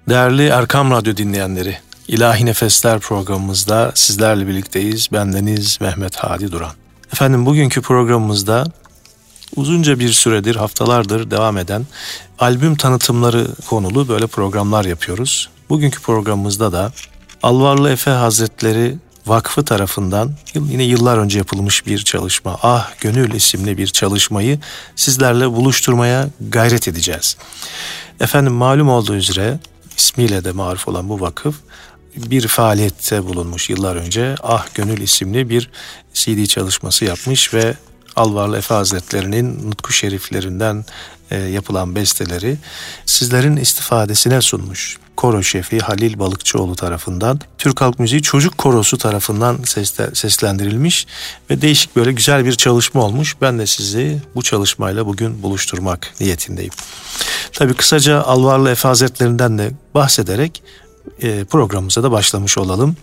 Değerli Erkam Radyo dinleyenleri, İlahi Nefesler programımızda sizlerle birlikteyiz. Bendeniz Mehmet Hadi Duran. Efendim bugünkü programımızda uzunca bir süredir, haftalardır devam eden albüm tanıtımları konulu böyle programlar yapıyoruz. Bugünkü programımızda da Alvarlı Efe Hazretleri Vakfı tarafından yine yıllar önce yapılmış bir çalışma, Ah Gönül isimli bir çalışmayı sizlerle buluşturmaya gayret edeceğiz. Efendim malum olduğu üzere ismiyle de maruf olan bu vakıf bir faaliyette bulunmuş yıllar önce. Ah Gönül isimli bir CD çalışması yapmış ve Alvarlı Efe Hazretleri'nin nutku şeriflerinden yapılan besteleri sizlerin istifadesine sunmuş. Koro şefi Halil Balıkçıoğlu tarafından Türk Halk Müziği Çocuk Korosu tarafından seslendirilmiş ve değişik böyle güzel bir çalışma olmuş. Ben de sizi bu çalışmayla bugün buluşturmak niyetindeyim. Tabii kısaca Alvarlı Efe Hazretlerinden de bahsederek programımıza da başlamış olalım.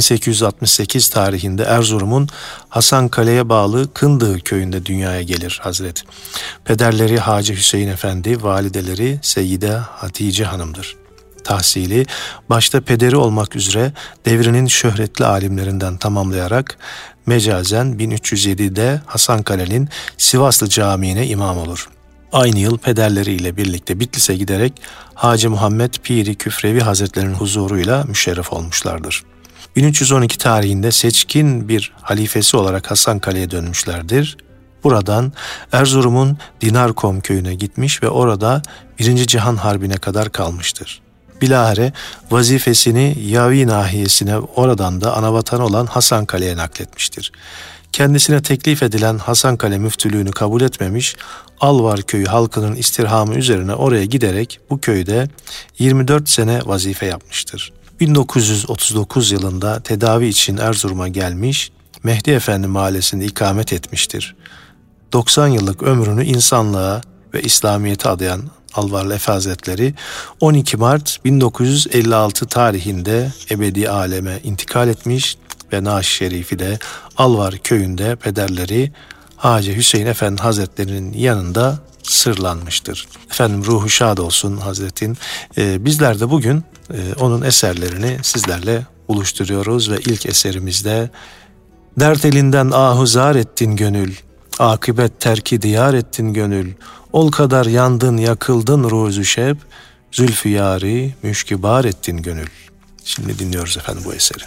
1868 tarihinde Erzurum'un Hasankale'ye bağlı Kındığı köyünde dünyaya gelir Hazret. Pederleri Hacı Hüseyin Efendi, valideleri Seyyide Hatice Hanım'dır. Tahsili başta pederi olmak üzere devrinin şöhretli alimlerinden tamamlayarak mecazen 1307'de Hasankale'nin Sivaslı Camii'ne imam olur. Aynı yıl pederleriyle birlikte Bitlis'e giderek Hacı Muhammed Piri Küfrevi Hazretlerinin huzuruyla müşerref olmuşlardır. 1312 tarihinde seçkin bir halifesi olarak Hasankale'ye dönmüşlerdir. Buradan Erzurum'un Dinarkom köyüne gitmiş ve orada 1. Cihan Harbi'ne kadar kalmıştır. Bilahare vazifesini Yavi nahiyesine, oradan da anavatanı olan Hasankale'ye nakletmiştir. Kendisine teklif edilen Hasankale müftülüğünü kabul etmemiş, Alvar köyü halkının istirhamı üzerine oraya giderek bu köyde 24 sene vazife yapmıştır. 1939 yılında tedavi için Erzurum'a gelmiş, Mehdi Efendi mahallesinde ikamet etmiştir. 90 yıllık ömrünü insanlığa ve İslamiyet'e adayan Alvarlı Efe Hazretleri 12 Mart 1956 tarihinde ebedi aleme intikal etmiş ve naaş şerifi de Alvar köyünde pederleri Hacı Hüseyin Efendi Hazretleri'nin yanında sırlanmıştır. Efendim ruhu şad olsun Hazretin. Bizler de bugün onun eserlerini sizlerle buluşturuyoruz ve ilk eserimizde dert elinden ahuzar ettin gönül, akıbet terki diyar ettin gönül, ol kadar yandın yakıldın ruzu şeb, zülfü yari müşkibar ettin gönül. Şimdi dinliyoruz efendim bu eseri.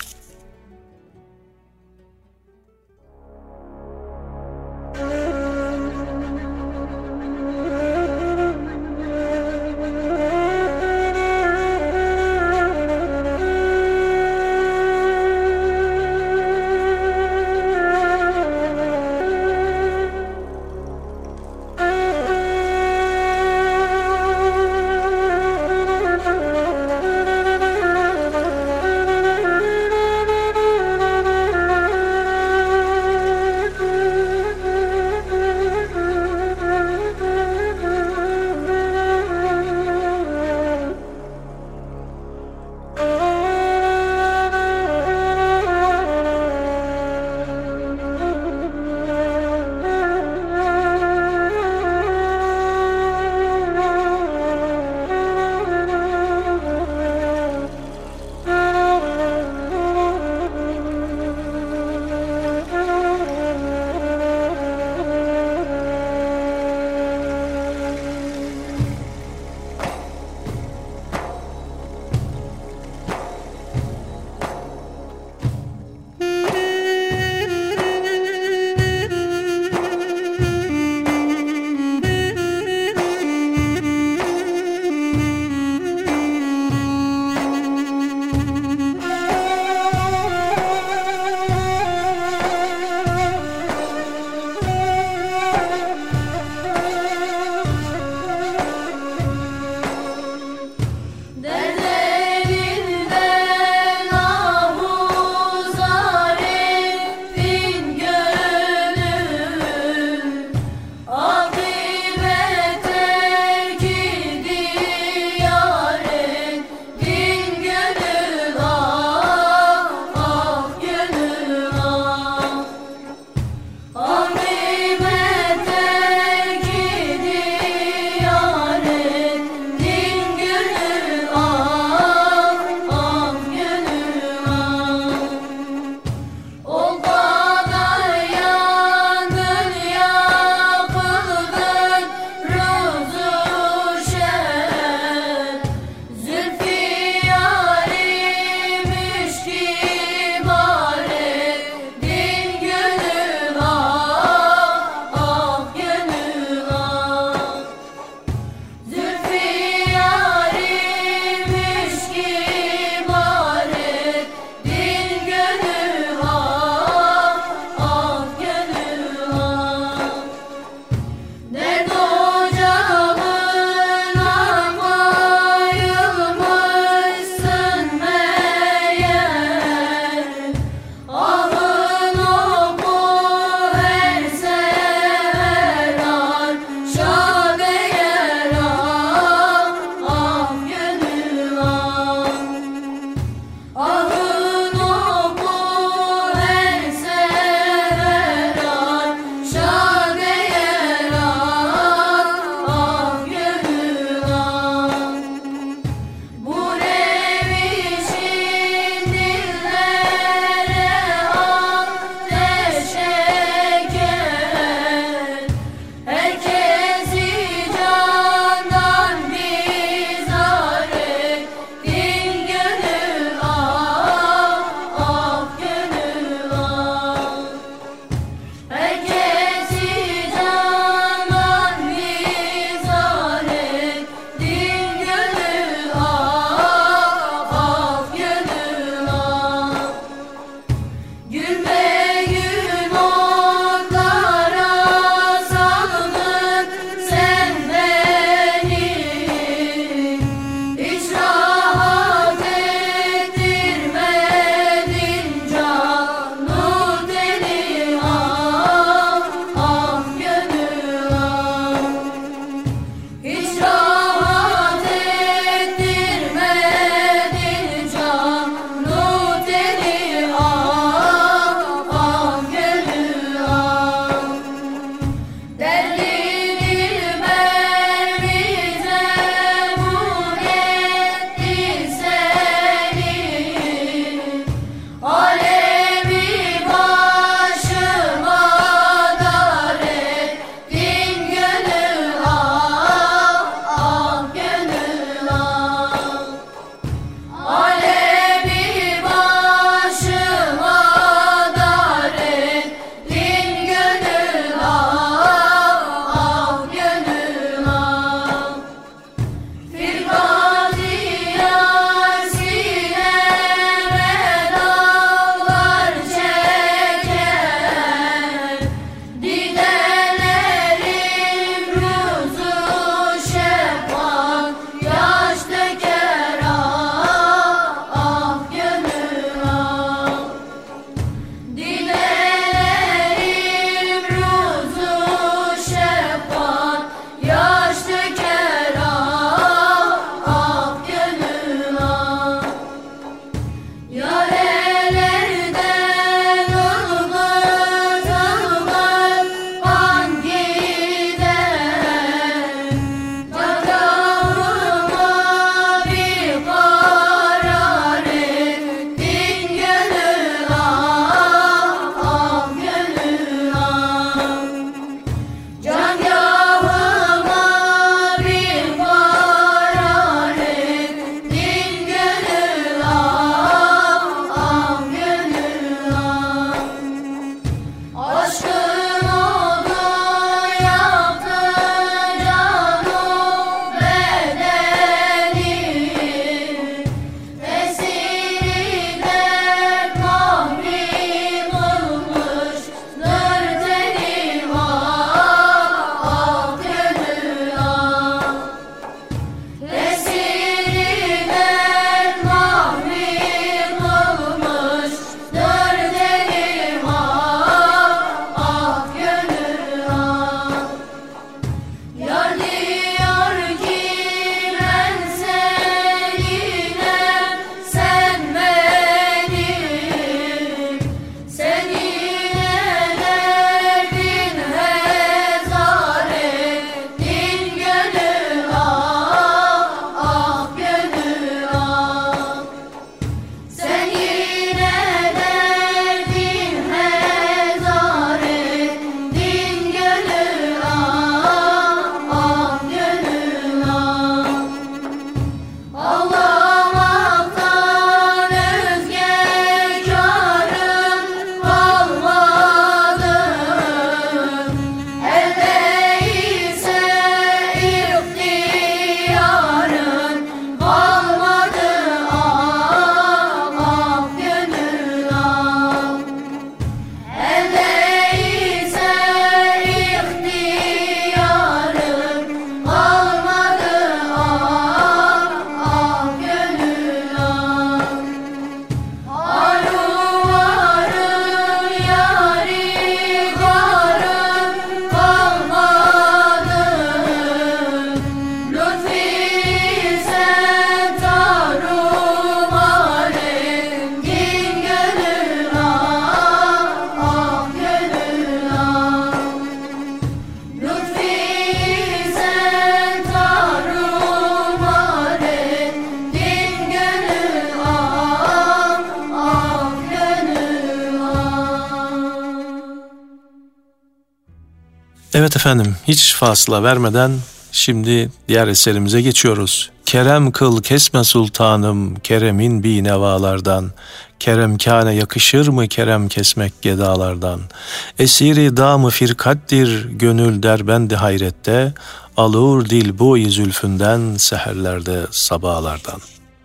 Evet efendim, hiç fasıla vermeden şimdi diğer eserimize geçiyoruz. Kerem kıl kesme sultanım, keremin binevalardan. Keremkâne yakışır mı kerem kesmek gedalardan? Esiri damı firkattir, gönül derbendi hayrette. Alır dil bu zülfünden, seherlerde sabahlardan.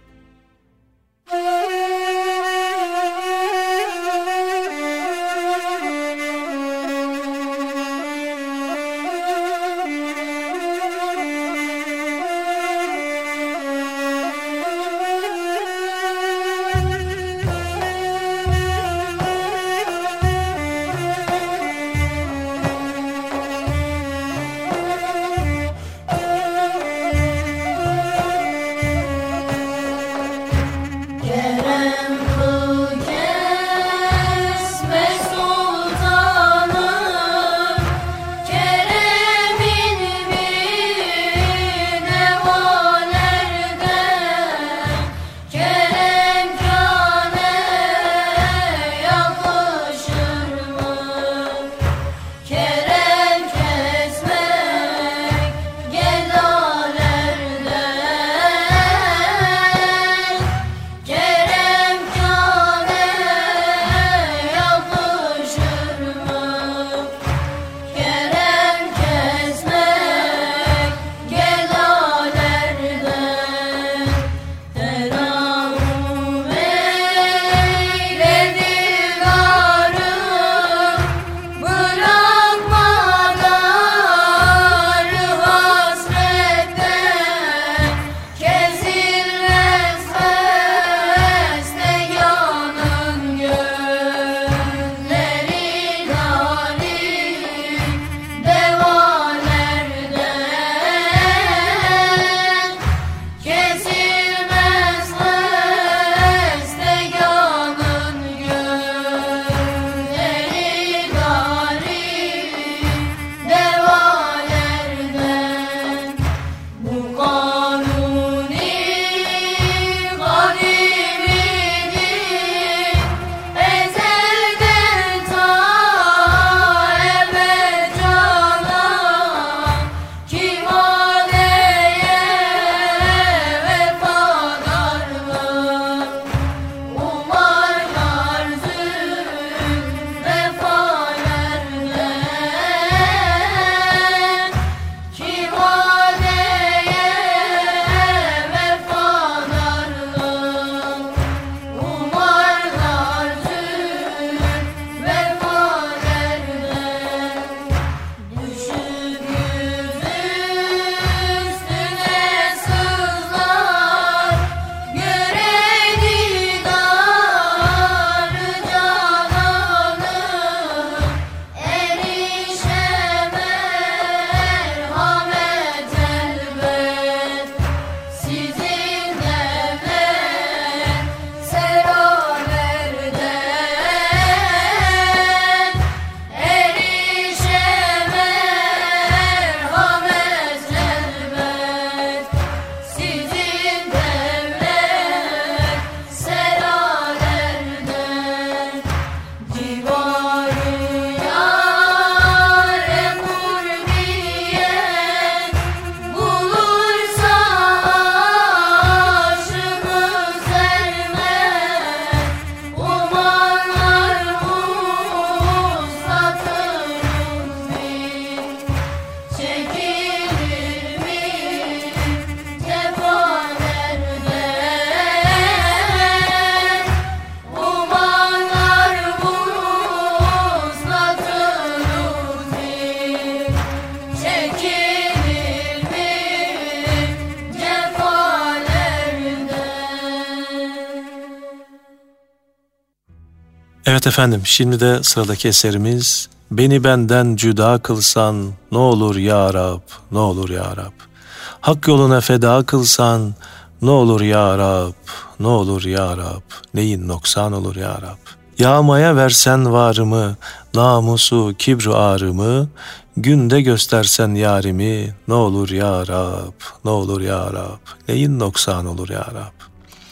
Evet efendim, şimdi de sıradaki eserimiz Beni benden cüda kılsan ne olur ya Rab, ne olur ya Rab. Hak yoluna feda kılsan ne olur ya Rab, ne olur ya Rab. Neyin noksan olur ya Rab. Yağmaya versen varımı, namusu kibru ağrımı, günde göstersen yarimi ne olur ya Rab, ne olur ya Rab. Neyin noksan olur ya Rab.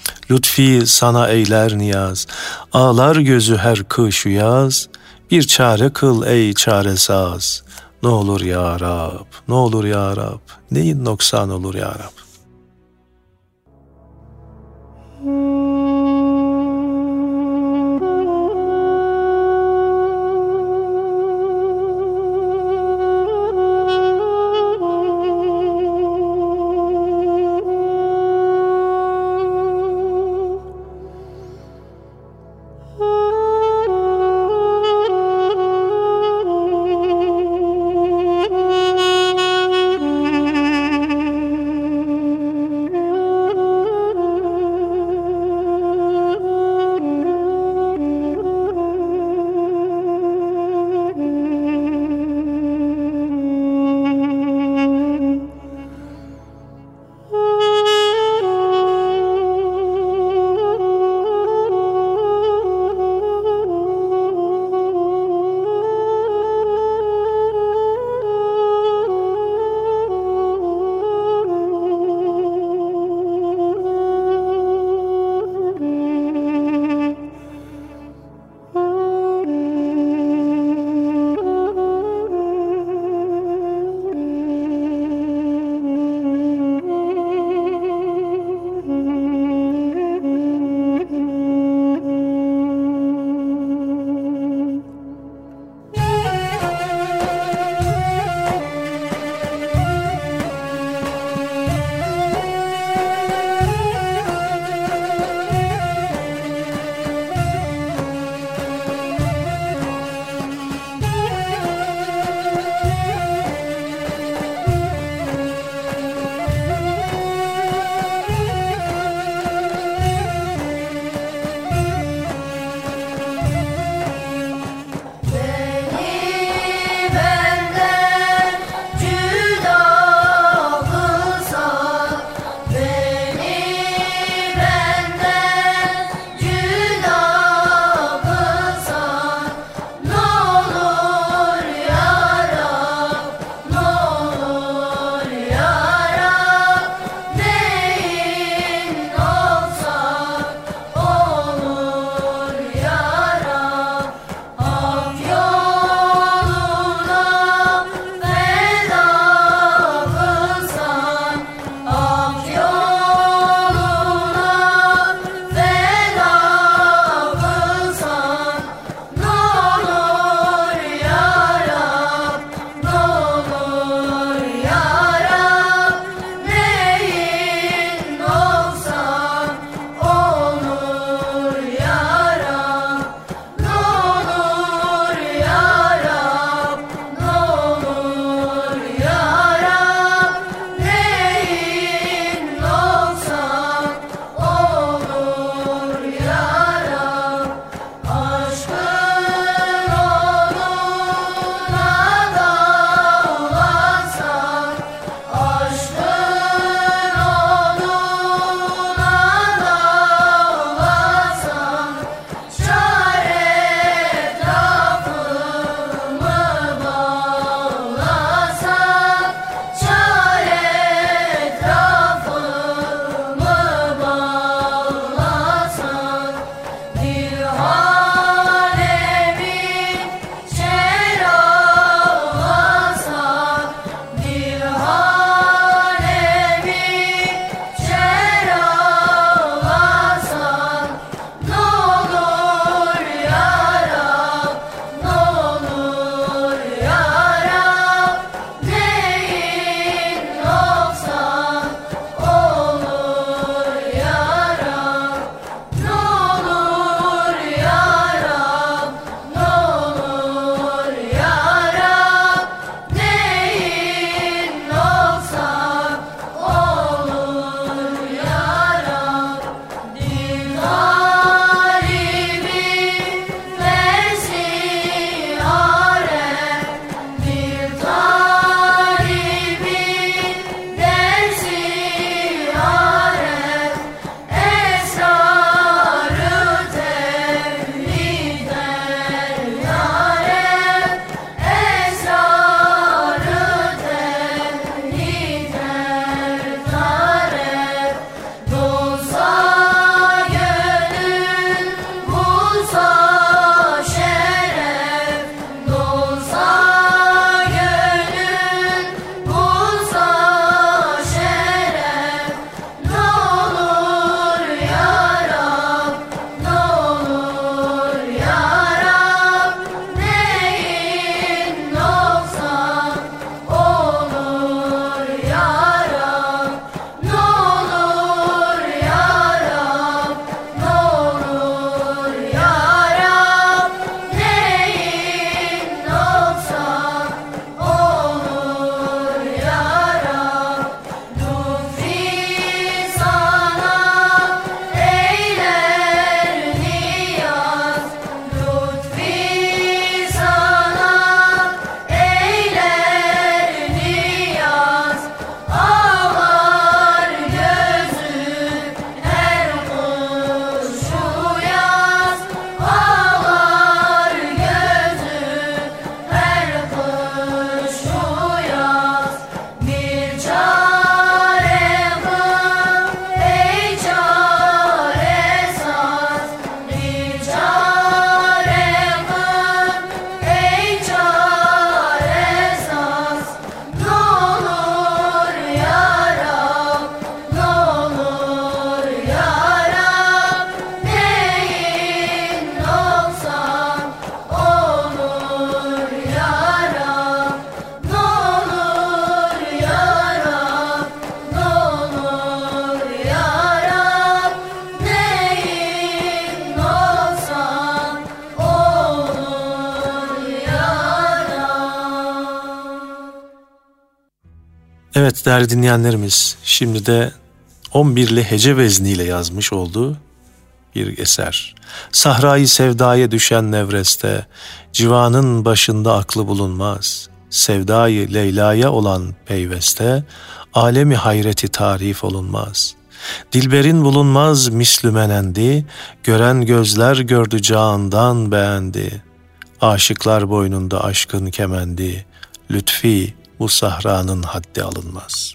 Lütfi sana eyler niyaz, ağlar gözü her kış yaz, bir çare kıl ey çaresaz, Ne olur ya Rab, ne olur ya Rab, neyin noksan olur ya Rab. Evet değerli dinleyenlerimiz, şimdi de 11'li hece vezniyle yazmış olduğu bir eser. Sahrayı sevdaya düşen nevreste, civanın başında aklı bulunmaz. Sevdayı Leyla'ya olan peyveste, alemi hayreti tarif olunmaz. Dilberin bulunmaz mislümenendi, gören gözler gördü candan beğendi. Aşıklar boynunda aşkın kemendi, lütfi bu sahranın haddi alınmaz.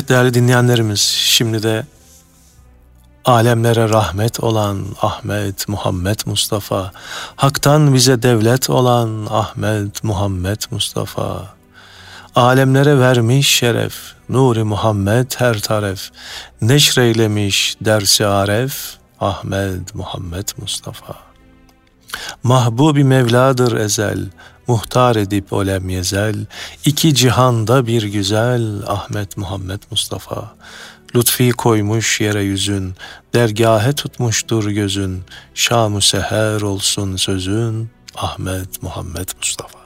Evet değerli dinleyenlerimiz, şimdi de alemlere rahmet olan Ahmet Muhammed Mustafa, haktan bize devlet olan Ahmet Muhammed Mustafa, alemlere vermiş şeref, Nuri Muhammed her taraf, neşreylemiş dersi aref, Ahmet Muhammed Mustafa. Mahbubi Mevladır ezel, muhtar edip olem yezel, iki cihanda bir güzel, Ahmet Muhammed Mustafa. Lütfi koymuş yere yüzün, dergâhe tutmuştur gözün, şam-ı seher olsun sözün, Ahmet Muhammed Mustafa.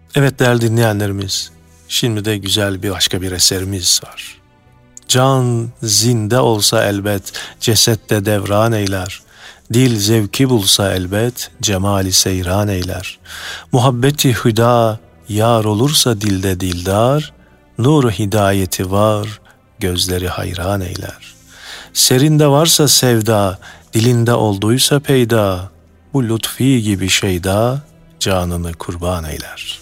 Evet değerli dinleyenlerimiz, şimdi de güzel bir başka bir eserimiz var. Can zinde olsa elbet, ceset de devran eyler. Dil zevki bulsa elbet, cemali seyran eyler. Muhabbeti hüda yar olursa dilde dildar, nur hidayeti var, gözleri hayran eyler. Serinde varsa sevda, dilinde olduysa peyda, bu lütfi gibi şeyda, canını kurban eyler.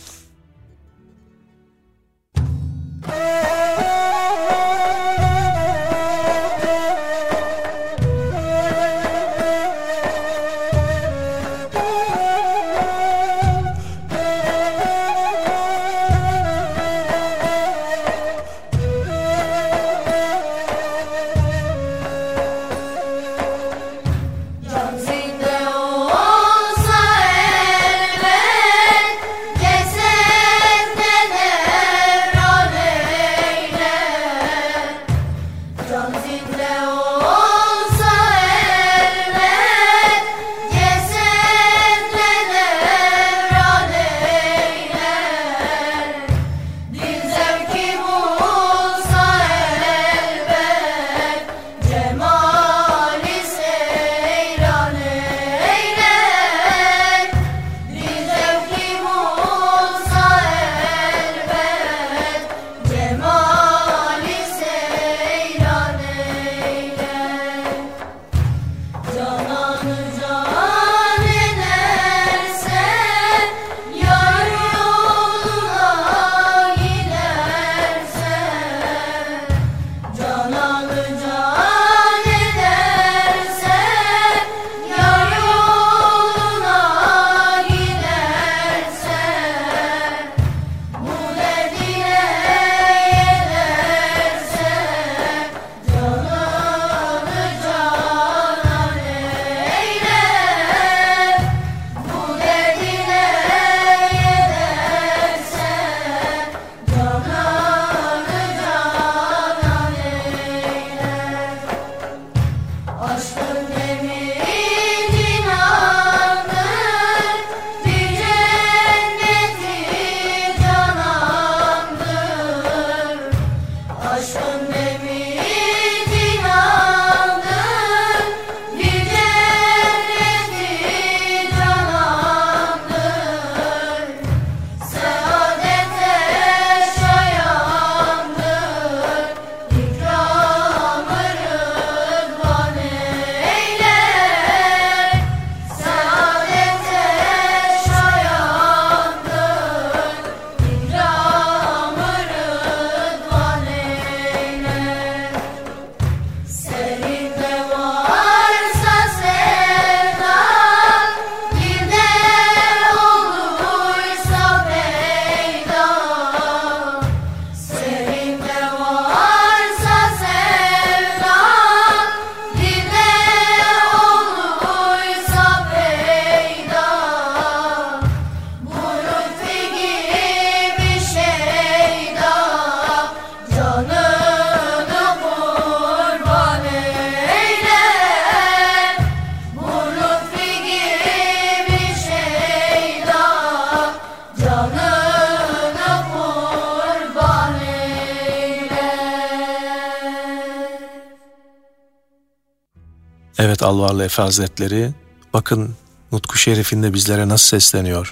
Evet Alvarlı Efe Hazretleri, bakın Nutku Şerif'inde bizlere nasıl sesleniyor.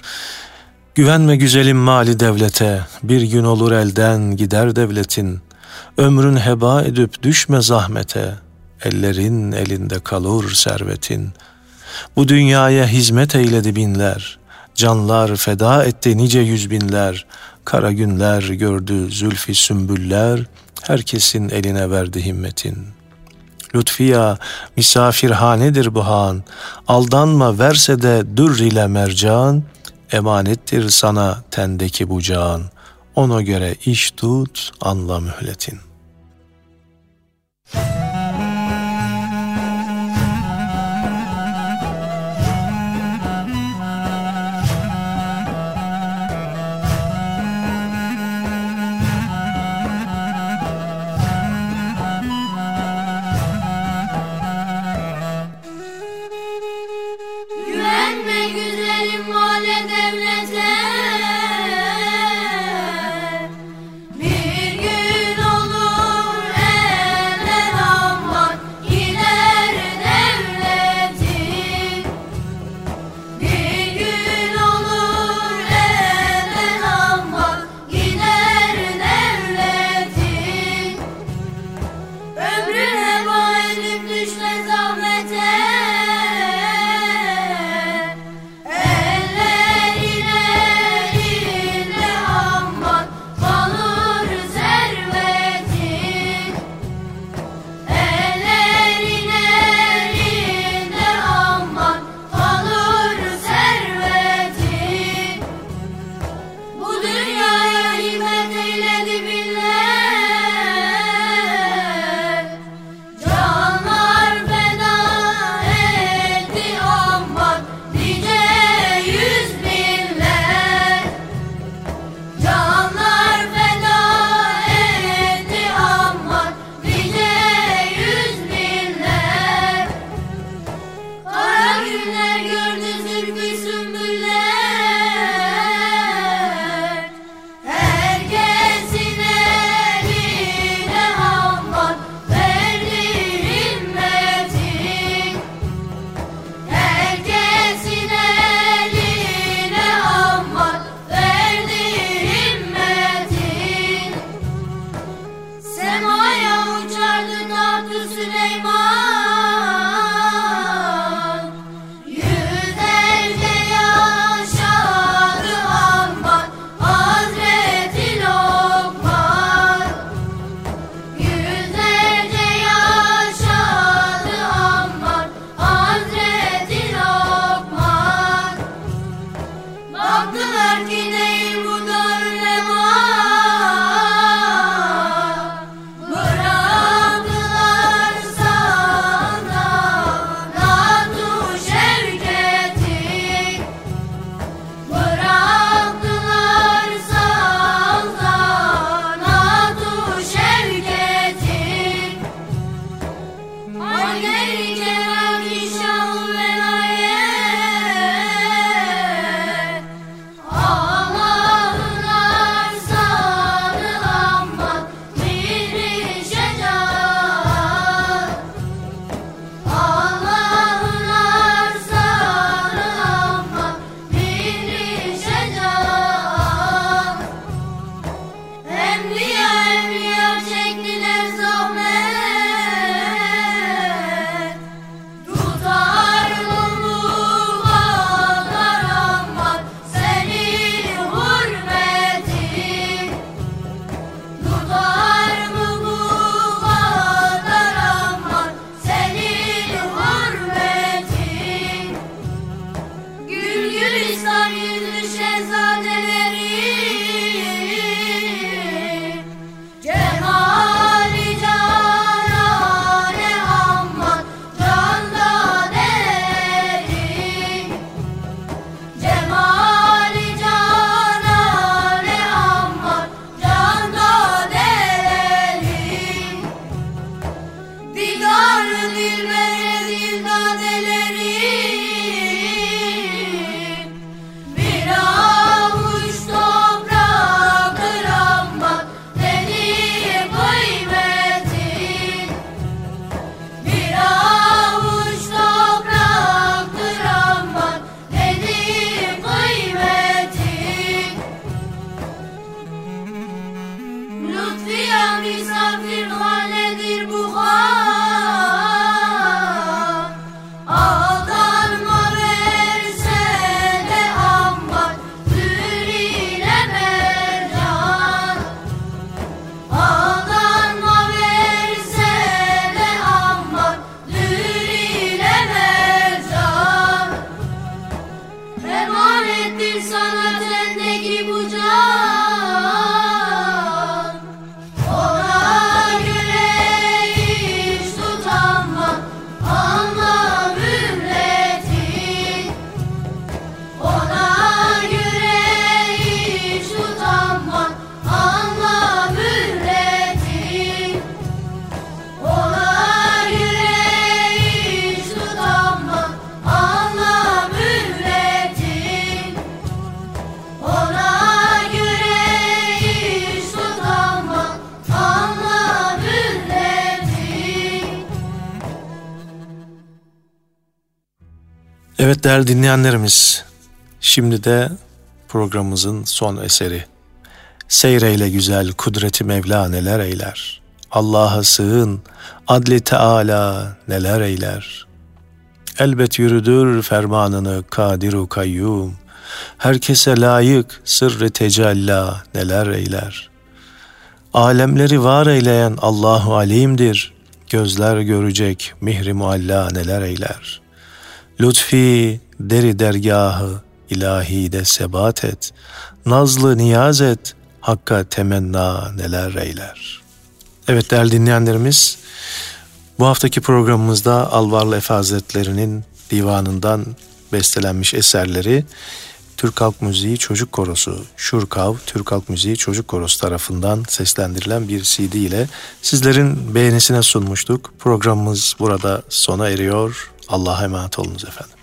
Güvenme güzelim mali devlete, bir gün olur elden gider devletin. Ömrün heba edip düşme zahmete, ellerin elinde kalır servetin. Bu dünyaya hizmet eyledi binler, canlar feda etti nice yüz binler. Kara günler gördü zülfü sümbüller, herkesin eline verdi himmetin. Lütfiya misafirhanedir bu han, aldanma verse de dür ile mercan, emanettir sana tendeki bu can, ona göre iş tut anla mühletin. Güvenme güzelim male devlete, Evet değerli dinleyenlerimiz, şimdi de programımızın son eseri. Seyreyle güzel kudreti Mevla neler eyler. Allah'a sığın, adli Teala neler eyler. Elbet yürüdür fermanını kadiru kayyum. Herkese layık sırrı tecella neler eyler. Alemleri var eyleyen Allahu alimdir. Gözler görecek mihri mualla neler eyler. Lütfi deri dergahı ilahi de sebat et. Nazlı niyaz et, hakka temenna neler eyler. Evet değerli dinleyenlerimiz, bu haftaki programımızda Alvarlı Efe Hazretleri'nin divanından bestelenmiş eserleri Türk Halk Müziği Çocuk Korosu, Şurkav Türk Halk Müziği Çocuk Korosu tarafından seslendirilen bir CD ile sizlerin beğenisine sunmuştuk. Programımız burada sona eriyor. Allah'a emanet olunuz efendim.